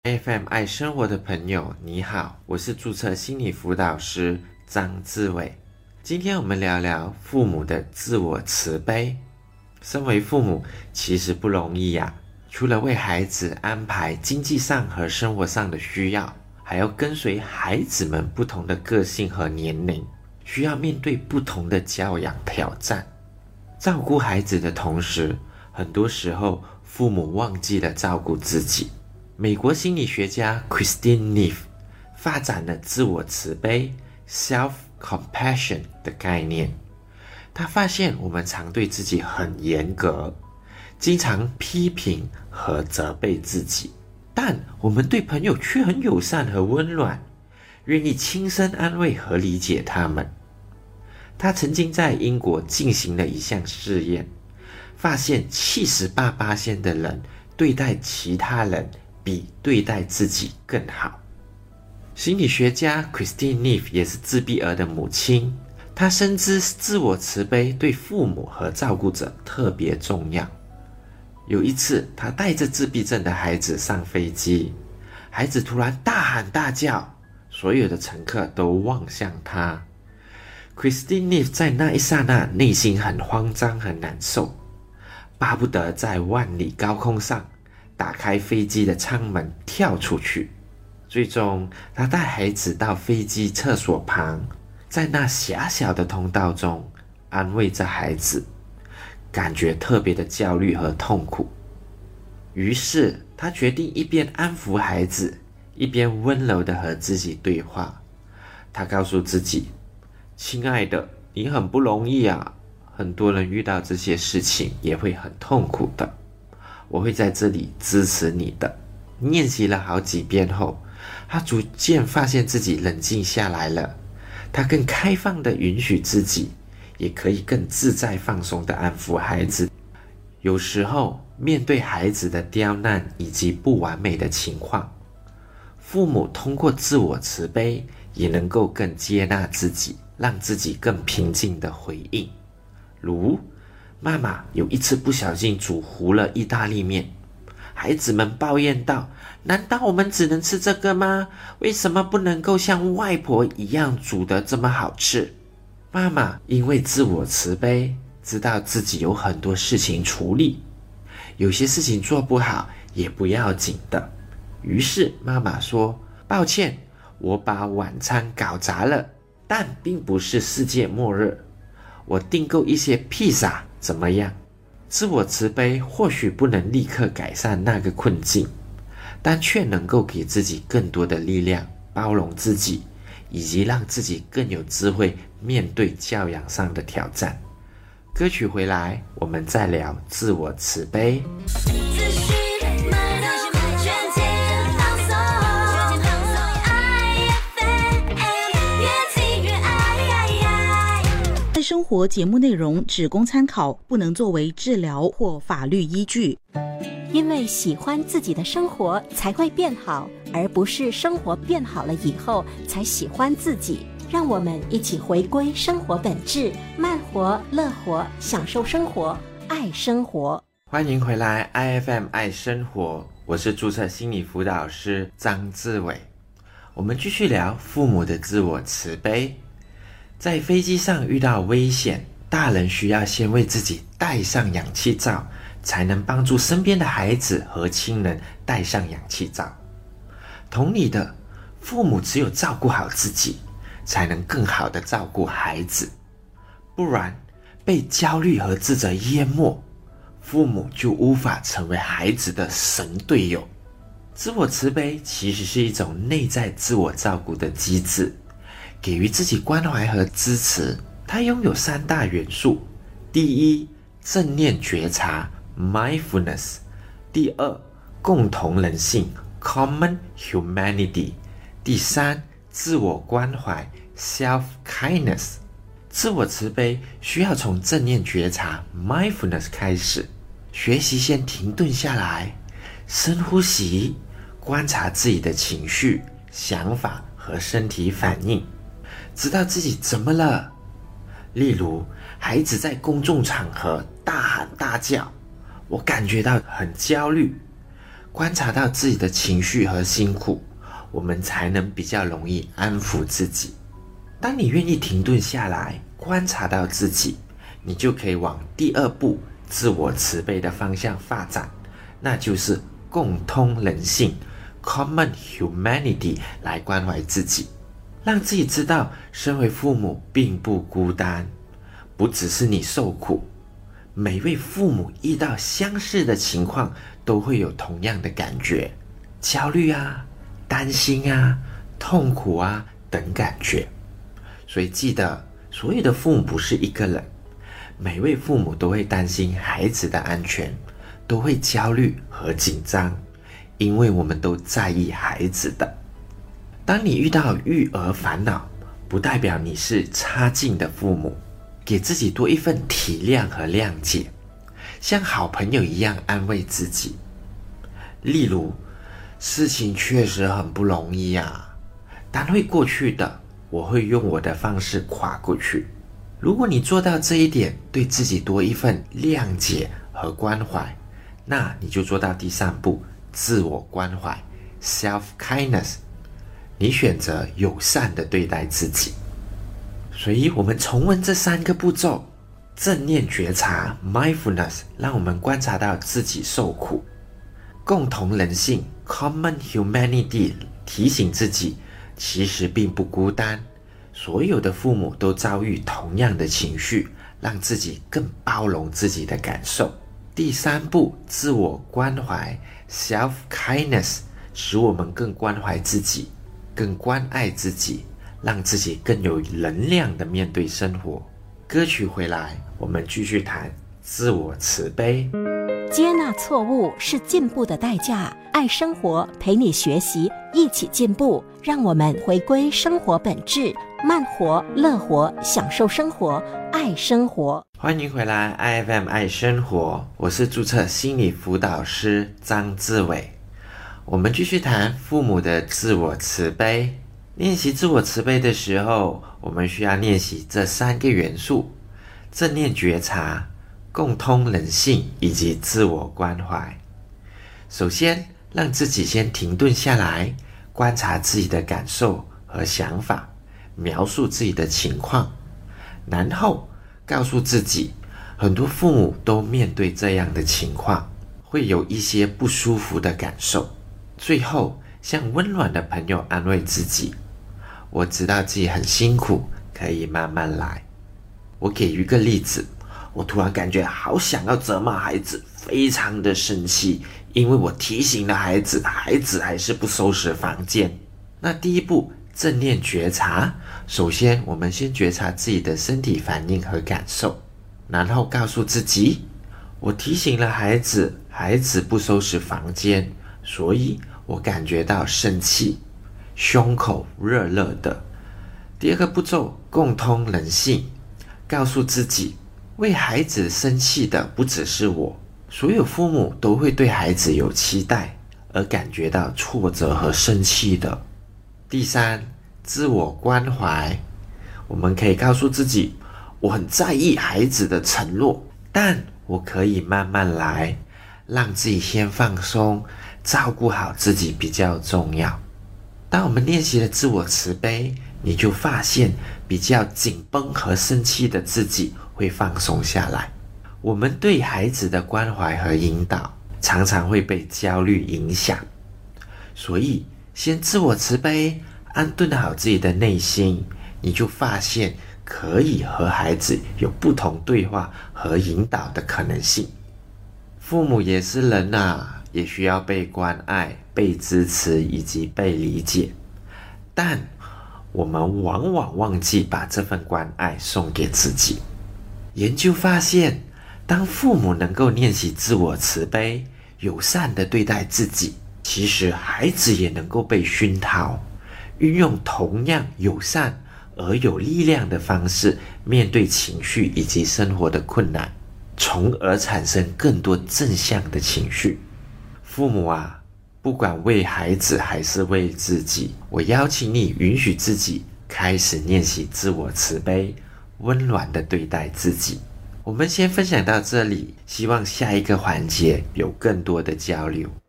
FM 爱生活的朋友，你好，我是注册心理辅导师张志伟。今天我们聊聊父母的自我慈悲。身为父母其实不容易呀，除了为孩子安排经济上和生活上的需要，还要跟随孩子们不同的个性和年龄，需要面对不同的教养挑战。照顾孩子的同时，很多时候父母忘记了照顾自己。美国心理学家 Christine Neff 发展了自我慈悲 self-compassion 的概念。他发现我们常对自己很严格，经常批评和责备自己，但我们对朋友却很友善和温暖，愿意轻声安慰和理解他们。他曾经在英国进行了一项试验，发现 78% 的人对待其他人比对待自己更好。心理学家 Christine Neff 也是自闭儿的母亲，她深知自我慈悲对父母和照顾者特别重要。有一次，她带着自闭症的孩子上飞机，孩子突然大喊大叫，所有的乘客都望向她。Christine Neff 在那一刹那内心很慌张很难受，巴不得在万里高空上打开飞机的舱门跳出去。最终他带孩子到飞机厕所旁，在那狭小的通道中安慰着孩子，感觉特别的焦虑和痛苦。于是他决定一边安抚孩子，一边温柔地和自己对话。他告诉自己，亲爱的，你很不容易啊，很多人遇到这些事情也会很痛苦的，我会在这里支持你的。练习了好几遍后，他逐渐发现自己冷静下来了，他更开放地允许自己，也可以更自在放松地安抚孩子。有时候面对孩子的刁难以及不完美的情况，父母通过自我慈悲也能够更接纳自己，让自己更平静地回应。如妈妈有一次不小心煮糊了意大利面，孩子们抱怨道，难道我们只能吃这个吗？为什么不能够像外婆一样煮得这么好吃？妈妈因为自我慈悲，知道自己有很多事情处理，有些事情做不好也不要紧的。于是妈妈说，抱歉，我把晚餐搞砸了，但并不是世界末日，我订购一些披萨怎么样？自我慈悲或许不能立刻改善那个困境，但却能够给自己更多的力量，包容自己，以及让自己更有智慧面对教养上的挑战。歌曲回来，我们再聊自我慈悲。 生活节目内容只供参考，不能作为治疗或法律依据。 因为喜欢自己的生活才会变好，而不是生活变好了以后才喜欢自己。让我们一起回归生活本质，慢活、乐活，享受生活，爱生活。 欢迎回来 IFM 爱生活，我是注册心理辅导师张志伟。我们继续聊父母的自我慈悲。在飞机上遇到危险，大人需要先为自己戴上氧气罩，才能帮助身边的孩子和亲人戴上氧气罩。同理的，父母只有照顾好自己，才能更好地照顾孩子，不然被焦虑和自责淹没，父母就无法成为孩子的神队友。自我慈悲其实是一种内在自我照顾的机制，给予自己关怀和支持。它拥有3大元素：第一，正念觉察 mindfulness； 第二，共同人性 common humanity； 第三，自我关怀 self kindness。 自我慈悲需要从正念觉察 mindfulness 开始，学习先停顿下来，深呼吸，观察自己的情绪、想法和身体反应，知道自己怎么了。例如，孩子在公众场合大喊大叫，我感觉到很焦虑。 观察到自己的情绪和辛苦，我们才能比较容易安抚自己。当你愿意停顿下来，观察到自己，你就可以往第二步自我慈悲的方向发展，那就是共通人性 Common Humanity 来关怀自己，让自己知道身为父母并不孤单，不只是你受苦，每位父母遇到相似的情况都会有同样的感觉，焦虑啊、担心啊、痛苦啊等感觉。所以记得，所有的父母不是一个人，每位父母都会担心孩子的安全，都会焦虑和紧张，因为我们都在意孩子的。当你遇到育儿烦恼，不代表你是差劲的父母，给自己多一份体谅和谅解，像好朋友一样安慰自己。例如，事情确实很不容易啊，但会过去的，我会用我的方式跨过去。如果你做到这一点，对自己多一份谅解和关怀，那你就做到第三步，自我关怀 Self-kindness。 你选择友善地对待自己。所以我们重温这3个步骤，正念觉察 Mindfulness 让我们观察到自己受苦，共同人性 Common Humanity 提醒自己其实并不孤单，所有的父母都遭遇同样的情绪，让自己更包容自己的感受。第三步，自我关怀 Self-kindness 使我们更关怀自己，更关爱自己，让自己更有能量的面对生活。歌曲回来，我们继续谈自我慈悲。 接纳错误是进步的代价，爱生活，陪你学习，一起进步，让我们回归生活本质，慢活、乐活，享受生活，爱生活。 欢迎回来 IFM 爱生活，我是注册心理辅导师张志伟。我们继续谈父母的自我慈悲。练习自我慈悲的时候，我们需要练习这3个元素：正念觉察、共通人性以及自我关怀。首先，让自己先停顿下来，观察自己的感受和想法，描述自己的情况，然后告诉自己，很多父母都面对这样的情况，会有一些不舒服的感受。最后，像温暖的朋友安慰自己，我知道自己很辛苦，可以慢慢来。我给予一个例子，我突然感觉好想要责骂孩子，非常的生气，因为我提醒了孩子，孩子还是不收拾房间。那第一步，正念觉察，首先我们先觉察自己的身体反应和感受，然后告诉自己，我提醒了孩子，孩子不收拾房间，所以我感觉到生气，胸口热热的。第二个步骤，共通人性，告诉自己，为孩子生气的不只是我，所有父母都会对孩子有期待，而感觉到挫折和生气的。第三，自我关怀，我们可以告诉自己，我很在意孩子的承诺，但我可以慢慢来，让自己先放松，照顾好自己比较重要。当我们练习了自我慈悲，你就发现比较紧绷和生气的自己会放松下来。我们对孩子的关怀和引导常常会被焦虑影响，所以先自我慈悲，安顿好自己的内心，你就发现可以和孩子有不同对话和引导的可能性。父母也是人啊，也需要被关爱、被支持以及被理解，但我们往往忘记把这份关爱送给自己。研究发现，当父母能够练习自我慈悲，友善地对待自己，其实孩子也能够被熏陶，运用同样友善而有力量的方式面对情绪以及生活的困难，从而产生更多正向的情绪。父母啊，不管为孩子还是为自己，我邀请你允许自己开始练习自我慈悲，温暖地对待自己。我们先分享到这里，希望下一个环节有更多的交流。